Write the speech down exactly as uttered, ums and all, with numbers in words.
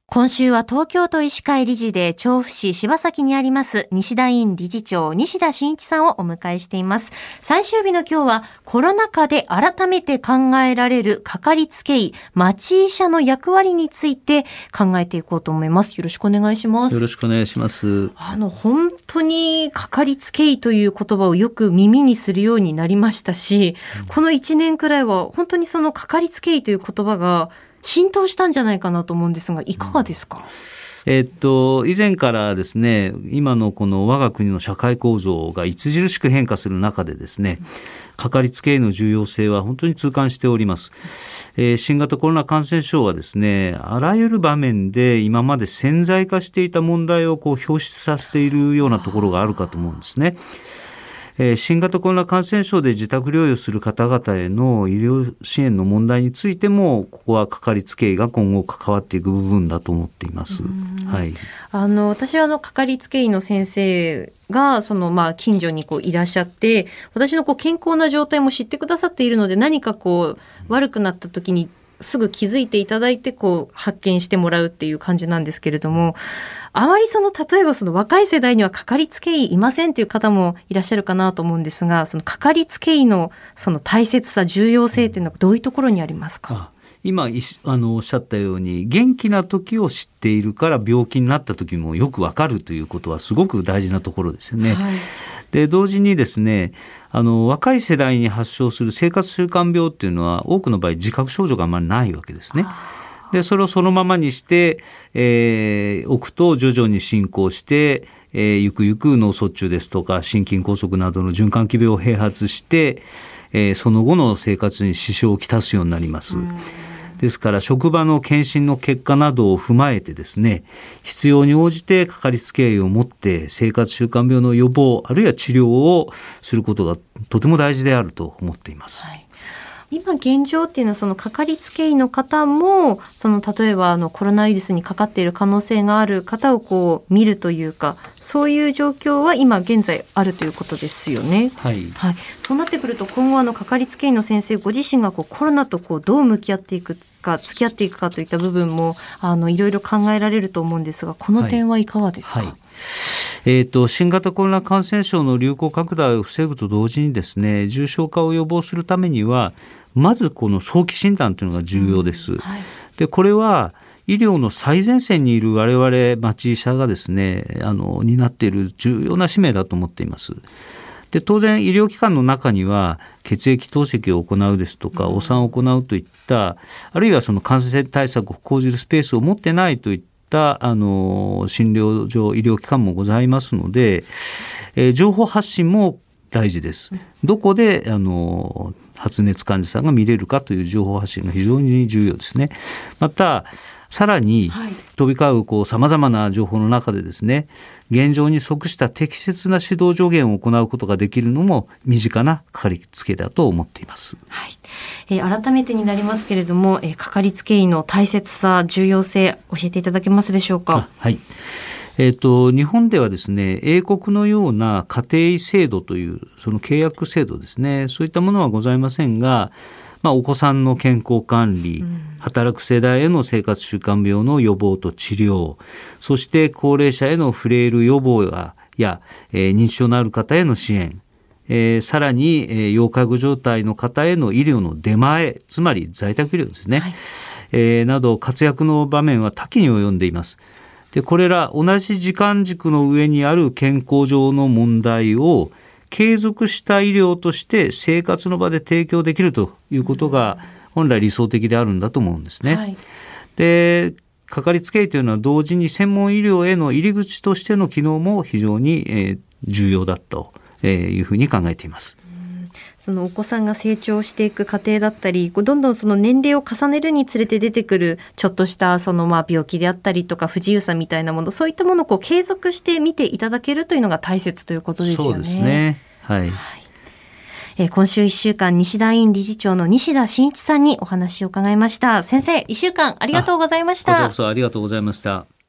今週は東京都医師会理事で調布市柴崎にあります西田院理事長西田真一さんをお迎えしています。最終日の今日はコロナ禍で改めて考えられるかかりつけ医、町医者の役割について考えていこうと思います。よろしくお願いします。 よろしくお願いします。 あの本当にかかりつけ医という言葉をよく耳にするようになりましたし、うん、このいちねんくらいは本当にそのかかりつけ医という言葉が浸透したんじゃないかなと思うんですが、いかがですか？うんえっと、以前からですね、今のこの我が国の社会構造が著しく変化する中でですね、かかりつけ医の重要性は本当に痛感しております。えー、新型コロナ感染症はですね、あらゆる場面で今まで潜在化していた問題をこう表出させているようなところがあるかと思うんですね。新型コロナ感染症で自宅療養する方々への医療支援の問題についても、ここはかかりつけ医が今後関わっていく部分だと思っています。はい、 あの私はあのかかりつけ医の先生がそのまあ近所にこういらっしゃって、私のこう健康な状態も知ってくださっているので、何かこう悪くなった時にすぐ気づいていただいてこう発見してもらうっていう感じなんですけれども、あまりその例えばその若い世代にはかかりつけ医いませんという方もいらっしゃるかなと思うんですが、そのかかりつけ医のその大切さ、重要性というのはどういうところにありますか？ 今あのおっしゃったように、元気な時を知っているから病気になった時もよくわかるということはすごく大事なところですよね。はい、で同時にですね、あの若い世代に発症する生活習慣病っていうのは多くの場合自覚症状があまりないわけですね。でそれをそのままにして、えー、置くと徐々に進行して、えー、ゆくゆく脳卒中ですとか心筋梗塞などの循環器病を併発して、えー、その後の生活に支障をきたすようになります。ですから職場の検診の結果などを踏まえてですね、必要に応じてかかりつけ医を持って生活習慣病の予防あるいは治療をすることがとても大事であると思っています。はい、 今現状っていうのはそのかかりつけ医の方もその例えばあのコロナウイルスにかかっている可能性がある方をこう見るというか、そういう状況は今現在あるということですよね。 はいはい、そうなってくると今後あのかかりつけ医の先生ご自身がこうコロナとこうどう向き合っていくか付き合っていくかといった部分もあのいろいろ考えられると思うんですが、この点はいかがですか？ はいはい、えーと、新型コロナ感染症の流行拡大を防ぐと同時にですね、重症化を予防するためにはまずこの早期診断というのが重要です。うんはい、でこれは医療の最前線にいる我々町医者がですね、あの担っている重要な使命だと思っています。で当然医療機関の中には血液透析を行うですとか、お産を行うといったあるいはその感染対策を講じるスペースを持ってないといったあの診療所医療機関もございますので、えー、情報発信も大事です。どこであの発熱患者さんが見れるかという情報発信が非常に重要ですね。またさらに飛び交うこう様々な情報の中でですね、現状に即した適切な指導助言を行うことができるのも身近なかかりつけだと思っています。 はい、えー、改めてになりますけれども、えー、かかりつけ医の大切さ、重要性教えていただけますでしょうか？ はい、えーと、日本ではですね、英国のような家庭医制度というその契約制度ですね、そういったものはございませんが、まあ、お子さんの健康管理、うん、働く世代への生活習慣病の予防と治療、そして高齢者へのフレイル予防や、やえー、認知症のある方への支援、えー、さらに、えー、要介護状態の方への医療の出前、つまり在宅医療ですね、はい、えー、など活躍の場面は多岐に及んでいます。でこれら同じ時間軸の上にある健康上の問題を継続した医療として生活の場で提供できるということが本来理想的であるんだと思うんですね。はい、でかかりつけ医というのは同時に専門医療への入り口としての機能も非常に、えー、重要だというふうに考えています。 そのお子さんが成長していく過程だったり、どんどんその年齢を重ねるにつれて出てくるちょっとしたそのまあ病気であったりとか不自由さみたいなもの、そういったものをこう継続して見ていただけるというのが大切ということですよね。 そうですね。はい。はい、 えー、今週いっしゅうかん西田院理事長の西田真一さんにお話を伺いました。先生、いっしゅうかんありがとうございました。 こちらこそありがとうございました。